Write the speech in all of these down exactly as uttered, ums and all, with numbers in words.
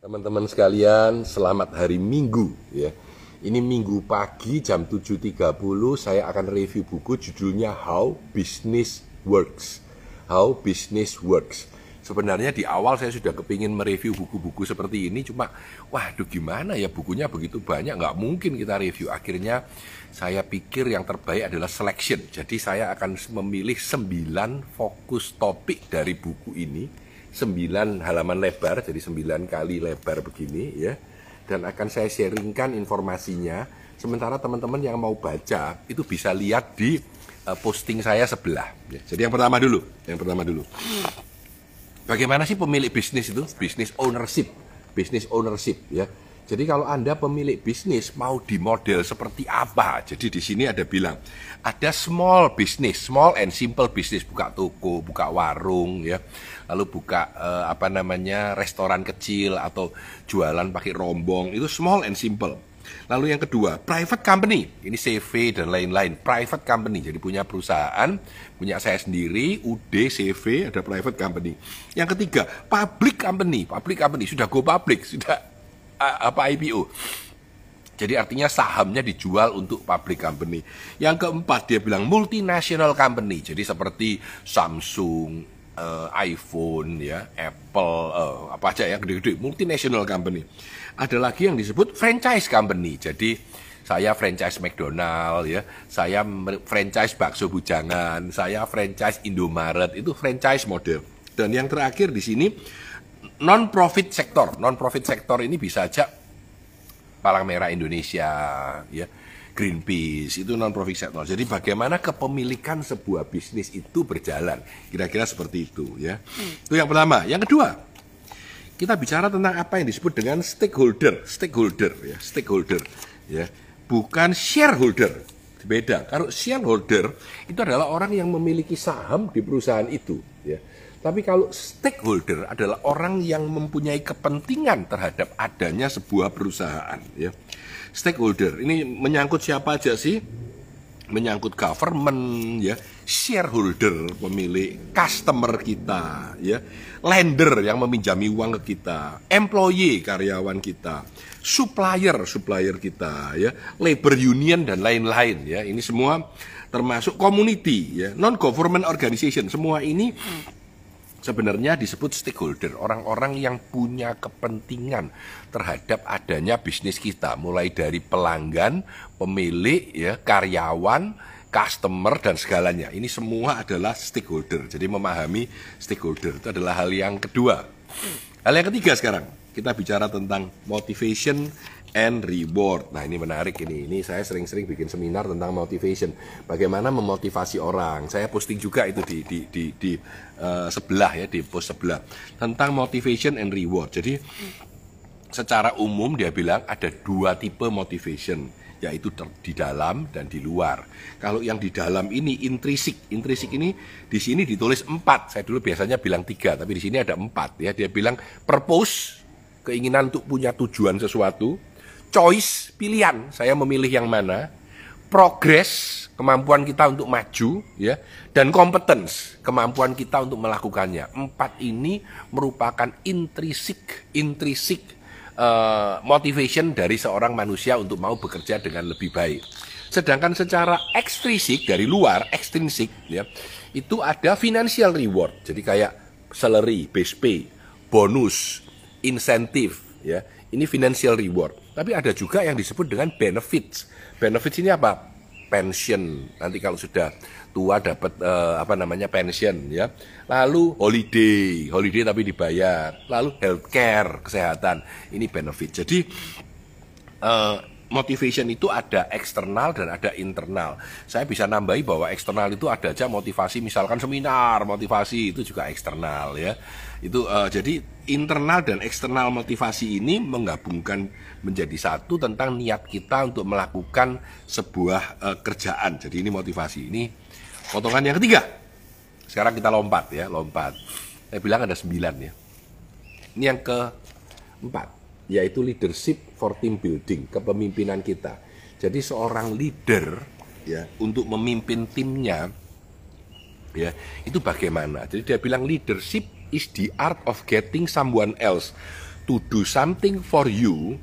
Teman-teman sekalian, selamat hari Minggu ya. Ini Minggu pagi jam tujuh tiga puluh saya akan review buku judulnya How Business Works. How Business Works. Sebenarnya di awal saya sudah kepingin mereview buku-buku seperti ini, cuma waduh gimana ya, bukunya begitu banyak, nggak mungkin kita review. Akhirnya saya pikir yang terbaik adalah selection. Jadi saya akan memilih sembilan fokus topik dari buku ini, sembilan halaman lebar, jadi sembilan kali lebar begini ya. Dan akan saya sharingkan informasinya. Sementara teman-teman yang mau baca itu bisa lihat di uh, posting saya sebelah ya. Jadi yang pertama dulu, yang pertama dulu. Bagaimana sih pemilik bisnis itu? Bisnis ownership, bisnis ownership ya. Jadi kalau Anda pemilik bisnis mau di model seperti apa? Jadi di sini ada bilang ada small business, small and simple business, buka toko, buka warung ya. Lalu buka eh, apa namanya restoran kecil atau jualan pakai rombong, itu small and simple. Lalu yang kedua, private company, ini C V dan lain-lain, private company, jadi punya perusahaan, punya saya sendiri, U D, C V, ada private company. Yang ketiga, public company, public company, sudah go public, sudah uh, apa I P O. Jadi artinya sahamnya dijual untuk public company. Yang keempat, dia bilang multinational company, jadi seperti Samsung, Uh, iPhone ya, Apple, uh, apa aja yang gede-gede, multinational company. Ada lagi yang disebut franchise company. Jadi saya franchise McDonald ya, saya franchise bakso bujangan, saya franchise Indomaret, itu franchise model. Dan yang terakhir di sini non-profit sektor. Non-profit sektor ini bisa aja Palang Merah Indonesia ya, Greenpeace, itu non-profit sektor. Jadi bagaimana kepemilikan sebuah bisnis itu berjalan, kira-kira seperti itu ya. Hmm. Itu yang pertama. Yang kedua, kita bicara tentang apa yang disebut dengan stakeholder, stakeholder ya, stakeholder ya, bukan shareholder. Beda. Kalau shareholder itu adalah orang yang memiliki saham di perusahaan itu ya. Tapi kalau stakeholder adalah orang yang mempunyai kepentingan terhadap adanya sebuah perusahaan ya. Stakeholder ini menyangkut siapa aja sih? Menyangkut government ya, shareholder pemilik, customer kita ya, lender yang meminjami uang ke kita, employee karyawan kita, supplier supplier kita ya, labor union dan lain-lain ya. Ini semua termasuk community ya, non government organization. Semua ini sebenarnya disebut stakeholder, orang-orang yang punya kepentingan terhadap adanya bisnis kita, mulai dari pelanggan, pemilik, ya, karyawan, customer, dan segalanya. Ini semua adalah stakeholder. Jadi memahami stakeholder itu adalah hal yang kedua. Hal yang ketiga sekarang, kita bicara tentang motivation and reward. Nah ini menarik ini. Ini saya sering-sering bikin seminar tentang motivation. Bagaimana memotivasi orang. Saya posting juga itu di di di, di uh, sebelah ya, di post sebelah tentang motivation and reward. Jadi secara umum dia bilang ada dua tipe motivation, yaitu di dalam dan di luar. Kalau yang di dalam ini intrinsik, intrinsik ini di sini ditulis empat. Saya dulu biasanya bilang tiga, tapi di sini ada empat ya. Dia bilang purpose, keinginan untuk punya tujuan sesuatu. Choice, pilihan, saya memilih yang mana. Progress, kemampuan kita untuk maju ya, dan competence, kemampuan kita untuk melakukannya. Empat ini merupakan intrinsik intrinsik uh, motivation dari seorang manusia untuk mau bekerja dengan lebih baik. Sedangkan secara ekstrinsik, dari luar, ekstrinsik ya, itu ada financial reward. Jadi kayak salary, base pay, bonus, insentif ya. Ini financial reward. Tapi ada juga yang disebut dengan benefits. Benefits ini apa? Pension. Nanti kalau sudah tua dapat uh, apa namanya pension ya. Lalu holiday, holiday tapi dibayar. Lalu healthcare, kesehatan. Ini benefit. Jadi uh, motivation itu ada eksternal dan ada internal. Saya bisa nambahi bahwa eksternal itu ada aja motivasi, misalkan seminar, motivasi itu juga eksternal ya. Itu uh, jadi internal dan eksternal motivasi ini menggabungkan menjadi satu tentang niat kita untuk melakukan sebuah uh, kerjaan. Jadi ini motivasi. Ini potongan yang ketiga. Sekarang kita lompat ya, lompat. Saya bilang ada sembilan ya. Ini yang keempat, yaitu leadership for team building, kepemimpinan kita. Jadi seorang leader ya untuk memimpin timnya ya, itu bagaimana? Jadi dia bilang leadership is the art of getting someone else to do something for you,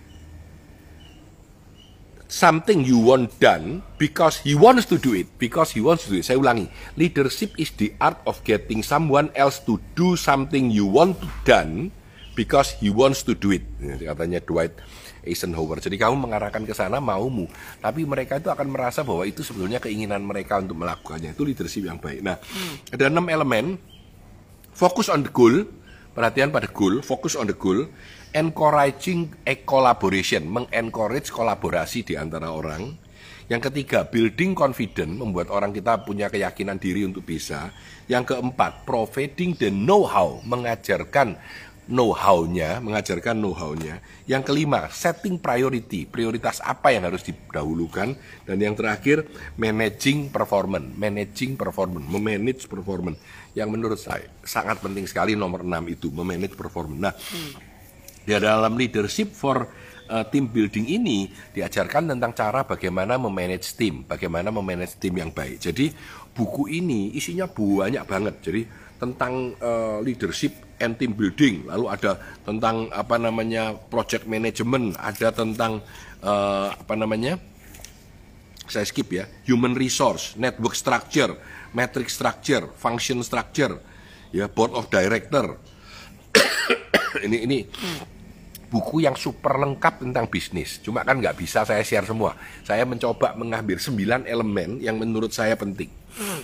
something you want done because he wants to do it, because he wants to do it. Saya ulangi, leadership is the art of getting someone else to do something you want done because he wants to do it. Katanya Dwight Eisenhower. Jadi kamu mengarahkan ke sana maumu, tapi mereka itu akan merasa bahwa itu sebetulnya keinginan mereka untuk melakukannya. Itu leadership yang baik. Nah, hmm. ada enam elemen. Focus on the goal, perhatian pada goal, focus on the goal. Encouraging a collaboration, mengencourage kolaborasi di antara orang. Yang ketiga, building confidence, membuat orang kita punya keyakinan diri untuk bisa. Yang keempat, providing the know-how, mengajarkan know-how-nya, mengajarkan know-how-nya. Yang kelima, setting priority, prioritas apa yang harus didahulukan. Dan yang terakhir, managing performance, managing performance, memanage performance. Yang menurut saya sangat penting sekali nomor enam itu, memanage performance. Nah, hmm. di dalam leadership for uh, team building ini diajarkan tentang cara bagaimana memanage tim, bagaimana memanage tim yang baik. Jadi buku ini isinya banyak banget. Jadi tentang uh, leadership and team building, lalu ada tentang apa namanya project management, ada tentang uh, apa namanya saya skip ya, human resource, network structure, matrix structure, function structure, ya board of director. ini ini buku yang super lengkap tentang bisnis. Cuma kan nggak bisa saya share semua. Saya mencoba mengambil sembilan elemen yang menurut saya penting.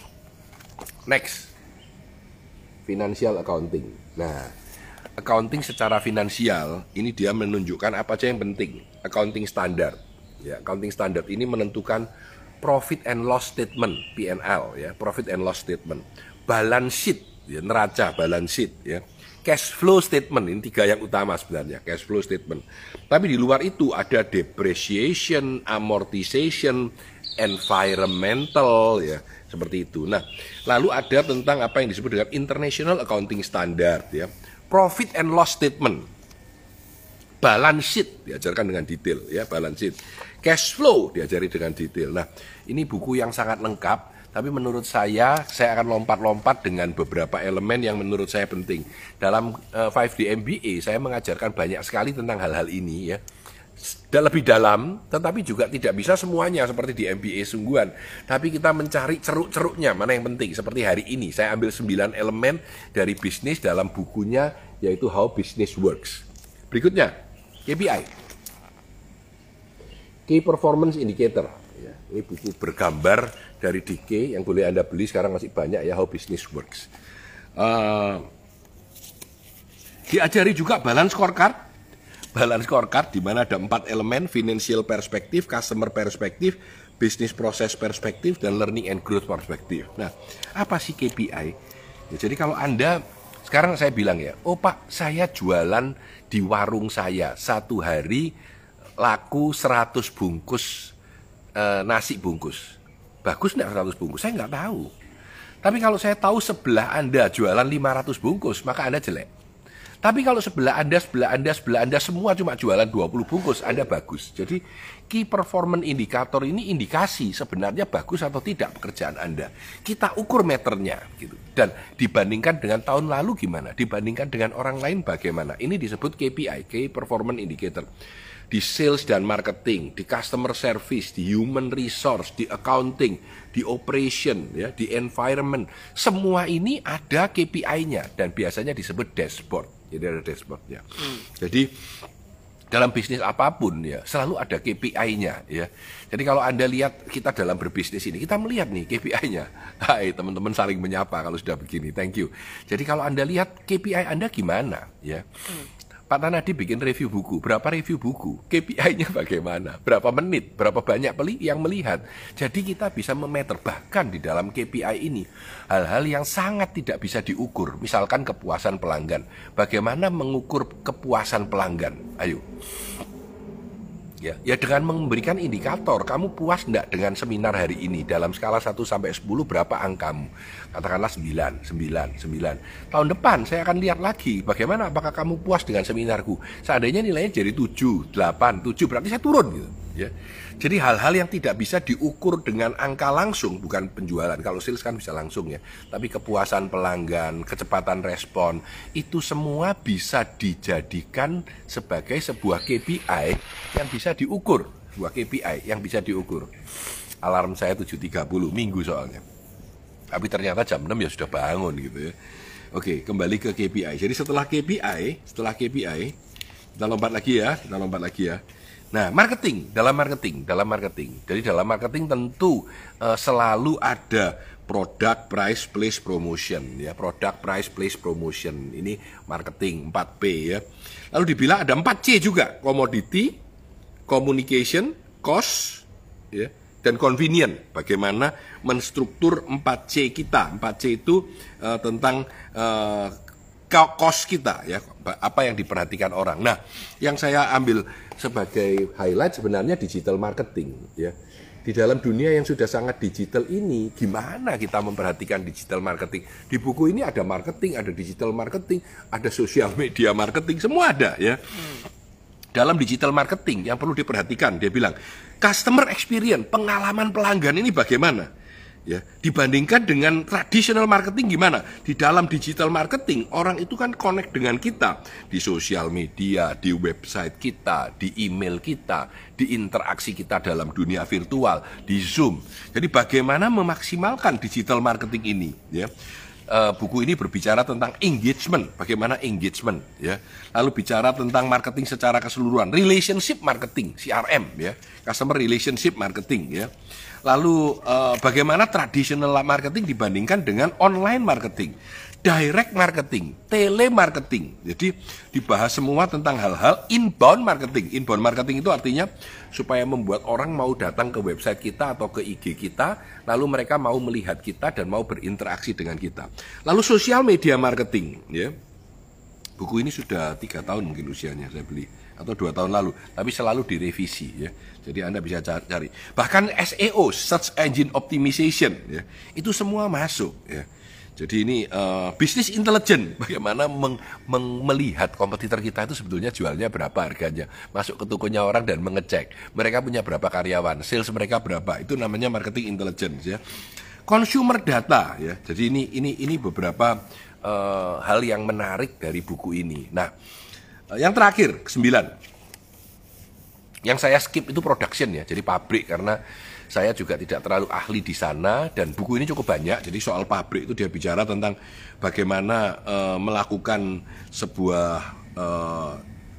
Next, financial accounting. Nah, accounting secara finansial ini dia menunjukkan apa aja yang penting. Accounting standard. Ya, accounting standard ini menentukan profit and loss statement (P and L) ya, profit and loss statement, balance sheet, ya, neraca balance sheet ya. Cash flow statement, ini tiga yang utama sebenarnya, cash flow statement. Tapi di luar itu ada depreciation, amortization, environmental, ya seperti itu. Nah, lalu ada tentang apa yang disebut dengan International Accounting Standard, ya, profit and loss statement, balance sheet diajarkan dengan detail, ya balance sheet, cash flow diajari dengan detail. Nah, ini buku yang sangat lengkap. Tapi menurut saya, saya akan lompat-lompat dengan beberapa elemen yang menurut saya penting. Dalam uh, lima D M B A, saya mengajarkan banyak sekali tentang hal-hal ini ya. Dan lebih dalam, tetapi juga tidak bisa semuanya seperti di M B A sungguhan. Tapi kita mencari ceruk-ceruknya, mana yang penting. Seperti hari ini, saya ambil sembilan elemen dari bisnis dalam bukunya, yaitu How Business Works. Berikutnya, K P I. Key Performance Indicator. Ya, ini buku bergambar dari D K yang boleh Anda beli sekarang masih banyak ya, How Business Works. Uh, diajari juga balance scorecard. Balance scorecard di mana ada empat elemen: financial perspective, customer perspective, business process perspective, dan learning and growth perspective. Nah, apa sih K P I? Ya, jadi kalau Anda sekarang saya bilang ya, oh Pak, saya jualan di warung saya satu hari laku seratus bungkus e, nasi bungkus. Bagus enggak seratus bungkus? Saya nggak tahu. Tapi kalau saya tahu sebelah Anda jualan lima ratus bungkus, maka Anda jelek. Tapi kalau sebelah Anda, sebelah Anda, sebelah Anda semua cuma jualan dua puluh bungkus, Anda bagus. Jadi key performance indicator ini indikasi sebenarnya bagus atau tidak pekerjaan Anda. Kita ukur meternya gitu. Dan dibandingkan dengan tahun lalu gimana? Dibandingkan dengan orang lain bagaimana? Ini disebut K P I, key performance indicator. Di sales dan marketing, di customer service, di human resource, di accounting, di operation, ya, di environment, semua ini ada K P I-nya dan biasanya disebut dashboard. Jadi ada dashboardnya. Hmm. Jadi dalam bisnis apapun ya selalu ada K P I-nya ya. Jadi kalau Anda lihat kita dalam berbisnis ini, kita melihat nih K P I-nya. Hai teman-teman saling menyapa kalau sudah begini. Thank you. Jadi kalau Anda lihat K P I Anda gimana ya. Hmm. Pak Tanadi bikin review buku, berapa review buku, K P I-nya bagaimana, berapa menit, berapa banyak peli yang melihat. Jadi kita bisa memeter, bahkan di dalam K P I ini, hal-hal yang sangat tidak bisa diukur, misalkan kepuasan pelanggan. Bagaimana mengukur kepuasan pelanggan? Ayo. Ya, ya dengan memberikan indikator, kamu puas enggak dengan seminar hari ini? Dalam skala satu sampai sepuluh berapa angkamu? Katakanlah sembilan, sembilan, sembilan. Tahun depan saya akan lihat lagi bagaimana, apakah kamu puas dengan seminarku. Seandainya nilainya jadi tujuh, delapan, tujuh, berarti saya turun gitu. ya. Jadi hal-hal yang tidak bisa diukur dengan angka langsung, bukan penjualan. Kalau sales kan bisa langsung ya. Tapi kepuasan pelanggan, kecepatan respon, itu semua bisa dijadikan sebagai sebuah K P I yang bisa diukur. Sebuah K P I yang bisa diukur. Alarm saya tujuh tiga puluh minggu soalnya. Tapi ternyata jam enam ya sudah bangun gitu ya. Oke, kembali ke K P I. Jadi setelah K P I, setelah K P I, kita lompat lagi ya, kita lompat lagi ya. Nah, marketing, dalam marketing, dalam marketing. Jadi dalam marketing tentu uh, selalu ada product, price, place, promotion ya. Product, price, place, promotion. Ini marketing empat P ya. Lalu dibilang ada empat C juga, commodity, communication, cost ya, dan convenient. Bagaimana menstruktur empat C kita. empat C itu uh, tentang uh, cost kita ya, apa yang diperhatikan orang. Nah, yang saya ambil sebagai highlight sebenarnya digital marketing ya. Di dalam dunia yang sudah sangat digital ini, gimana kita memperhatikan digital marketing? Di buku ini ada marketing, ada digital marketing, ada social media marketing, semua ada ya. Dalam digital marketing yang perlu diperhatikan, dia bilang customer experience, pengalaman pelanggan ini bagaimana? Ya, dibandingkan dengan traditional marketing gimana? Di dalam digital marketing, orang itu kan connect dengan kita di sosial media, di website kita, di email kita, di interaksi kita dalam dunia virtual, di Zoom. Jadi bagaimana memaksimalkan digital marketing ini? Ya, uh, buku ini berbicara tentang engagement, bagaimana engagement. Ya, lalu bicara tentang marketing secara keseluruhan, relationship marketing, C R M, ya, customer relationship marketing, ya. Lalu eh, bagaimana traditional marketing dibandingkan dengan online marketing, direct marketing, telemarketing. Jadi dibahas semua tentang hal-hal inbound marketing. Inbound marketing itu artinya supaya membuat orang mau datang ke website kita atau ke I G kita, lalu mereka mau melihat kita dan mau berinteraksi dengan kita. Lalu social media marketing, ya. Buku ini sudah tiga tahun mungkin usianya saya beli, atau dua tahun lalu, tapi selalu direvisi ya. Jadi Anda bisa cari. Bahkan S E O, Search Engine Optimization, ya, itu semua masuk ya. Jadi ini uh, bisnis intelijen, bagaimana meng, meng, melihat kompetitor kita itu sebetulnya jualnya berapa harganya, masuk ke tokonya orang dan mengecek mereka punya berapa karyawan, sales mereka berapa, itu namanya marketing intelligence ya. Consumer data ya. Jadi ini ini ini beberapa uh, hal yang menarik dari buku ini. Nah, uh, yang terakhir kesembilan, yang saya skip itu production ya, jadi pabrik, karena saya juga tidak terlalu ahli di sana dan buku ini cukup banyak. Jadi soal pabrik itu dia bicara tentang bagaimana uh, melakukan sebuah uh,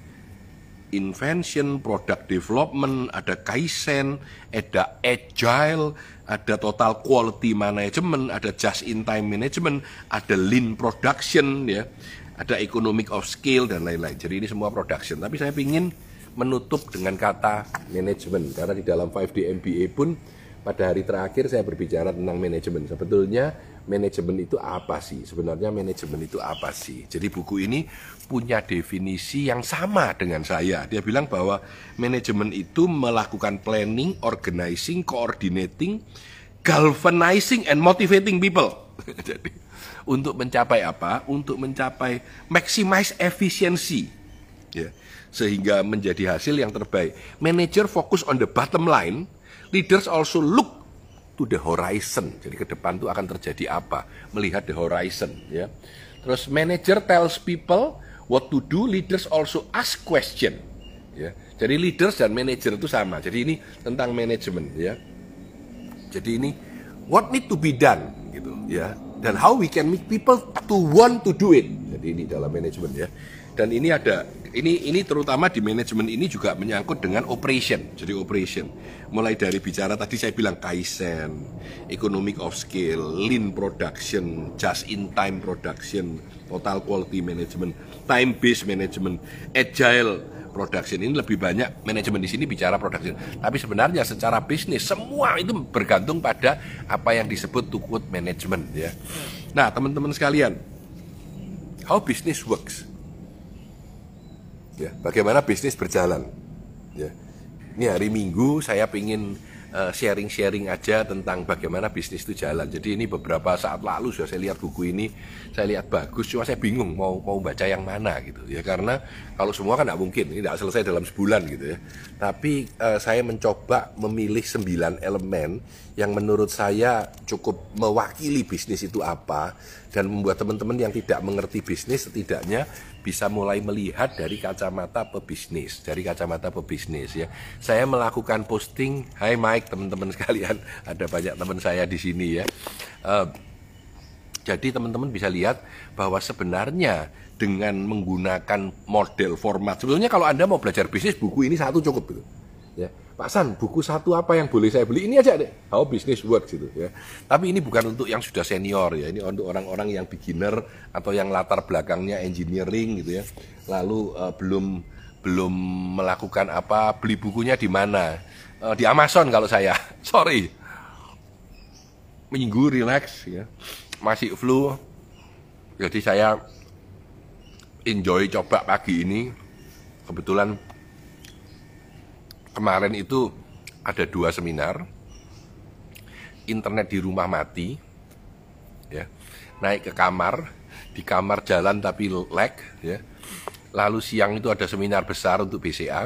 invention, product development, ada kaizen, ada agile, ada total quality management, ada just in time management, ada lean production ya, ada economic of scale dan lain-lain. Jadi ini semua production. Tapi saya ingin menutup dengan kata manajemen, karena di dalam lima D M B A pun pada hari terakhir saya berbicara tentang manajemen. Sebetulnya manajemen itu apa sih? Sebenarnya manajemen itu apa sih? Jadi buku ini punya definisi yang sama dengan saya. Dia bilang bahwa manajemen itu melakukan planning, organizing, coordinating, galvanizing, and motivating people. Jadi untuk mencapai apa? Untuk mencapai maximize efisiensi, ya, sehingga menjadi hasil yang terbaik. Manager fokus on the bottom line, leaders also look to the horizon. Jadi ke depan itu akan terjadi apa? Melihat the horizon ya. Terus manager tells people what to do, leaders also ask question ya. Jadi leaders dan manager itu sama. Jadi ini tentang manajemen ya. Jadi ini what need to be done gitu ya. Dan how we can make people to want to do it. Jadi ini dalam manajemen ya. Dan ini ada, ini ini terutama di manajemen ini juga menyangkut dengan operation. Jadi operation, mulai dari bicara tadi saya bilang kaizen, economic of scale, lean production, just in time production, total quality management, time based management, agile production. Ini lebih banyak manajemen di sini bicara production. Tapi sebenarnya secara bisnis semua itu bergantung pada apa yang disebut to quote management ya. Nah, teman-teman sekalian, how business works? Ya, bagaimana bisnis berjalan? Ya, ini hari Minggu saya ingin sharing-sharing aja tentang bagaimana bisnis itu jalan. Jadi ini beberapa saat lalu sudah saya lihat buku ini, saya lihat bagus, cuma saya bingung mau mau baca yang mana gitu ya, karena kalau semua kan tidak mungkin, ini tidak selesai dalam sebulan gitu ya. Tapi uh, saya mencoba memilih sembilan elemen yang menurut saya cukup mewakili bisnis itu apa, dan membuat teman-teman yang tidak mengerti bisnis setidaknya bisa mulai melihat dari kacamata pebisnis, dari kacamata pebisnis ya. Saya melakukan posting, hai Mike, teman-teman sekalian, ada banyak teman saya di sini ya. Uh, jadi teman-teman bisa lihat bahwa sebenarnya dengan menggunakan model format, sebetulnya kalau Anda mau belajar bisnis, buku ini satu cukup gitu. Ya, Pak San, buku satu apa yang boleh saya beli? Ini aja deh, How Business Works gitu ya. Tapi ini bukan untuk yang sudah senior ya, ini untuk orang-orang yang beginner atau yang latar belakangnya engineering gitu ya. Lalu uh, belum belum melakukan apa, beli bukunya di mana? Uh, di Amazon kalau saya. Sorry. Minggu relax ya. Masih flu. Jadi saya enjoy coba pagi ini. Kebetulan kemarin itu ada dua seminar, internet di rumah mati, ya, naik ke kamar, di kamar jalan tapi lag, ya. Lalu siang itu ada seminar besar untuk B C A,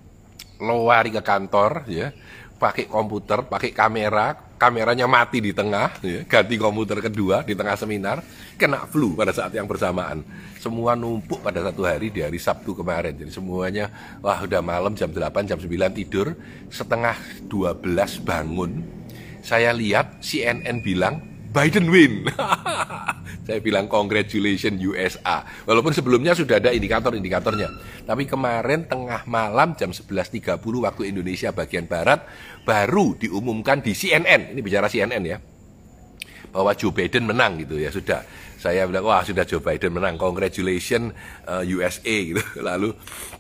lari ke kantor, ya, pakai komputer, pakai kamera, kameranya mati di tengah, ya, ganti komputer kedua di tengah seminar, kena flu pada saat yang bersamaan. Semua numpuk pada satu hari di hari Sabtu kemarin. Jadi semuanya, wah udah malam jam delapan, jam sembilan tidur, setengah dua belas bangun. Saya lihat C N N bilang Biden win. Saya bilang congratulations U S A. Walaupun sebelumnya sudah ada indikator-indikatornya. Tapi kemarin tengah malam jam sebelas tiga puluh waktu Indonesia bagian Barat baru diumumkan di C N N. Ini bicara C N N ya. Bahwa Joe Biden menang gitu ya, sudah. Saya bilang, wah sudah Joe Biden menang, congratulations uh, U S A gitu. Lalu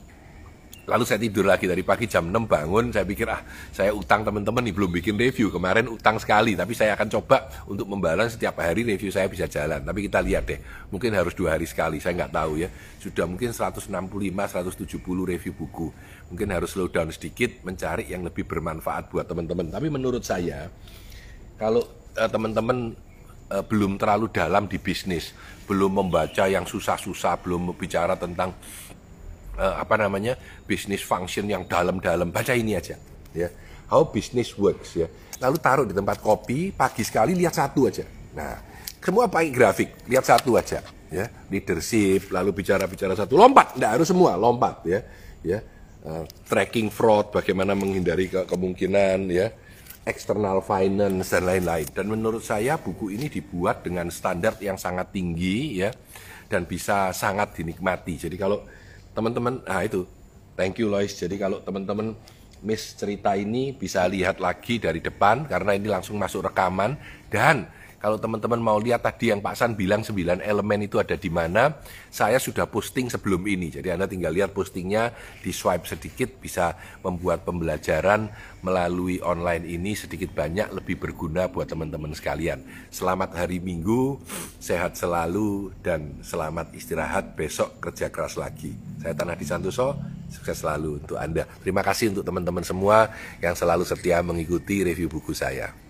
lalu saya tidur lagi dari pagi jam enam bangun, saya pikir ah saya utang teman-teman nih belum bikin review, kemarin utang sekali, tapi saya akan coba untuk membalas setiap hari review saya bisa jalan. Tapi kita lihat deh, mungkin harus dua hari sekali, saya nggak tahu ya. Sudah mungkin seratus enam puluh lima, seratus tujuh puluh review buku, mungkin harus slow down sedikit, mencari yang lebih bermanfaat buat teman-teman. Tapi menurut saya, kalau uh, teman-teman uh, belum terlalu dalam di bisnis, belum membaca yang susah-susah, belum bicara tentang uh, apa namanya bisnis function yang dalam-dalam, baca ini aja ya, How Business Works ya. Lalu taruh di tempat kopi, pagi sekali lihat satu aja. Nah, semua pakai grafik, lihat satu aja ya, leadership, lalu bicara-bicara satu, lompat, enggak harus semua, lompat ya ya. Uh, tracking fraud, bagaimana menghindari ke kemungkinan ya, external finance dan lain-lain. Dan menurut saya buku ini dibuat dengan standar yang sangat tinggi ya, dan bisa sangat dinikmati. Jadi kalau teman-teman, nah itu, thank you Lois. Jadi kalau teman-teman miss cerita ini bisa lihat lagi dari depan karena ini langsung masuk rekaman. Dan kalau teman-teman mau lihat tadi yang Pak San bilang sembilan elemen itu ada di mana, saya sudah posting sebelum ini. Jadi Anda tinggal lihat postingnya, di swipe sedikit bisa membuat pembelajaran melalui online ini sedikit banyak lebih berguna buat teman-teman sekalian. Selamat hari Minggu, sehat selalu dan selamat istirahat, besok kerja keras lagi. Saya Tanah Santoso, sukses selalu untuk Anda. Terima kasih untuk teman-teman semua yang selalu setia mengikuti review buku saya.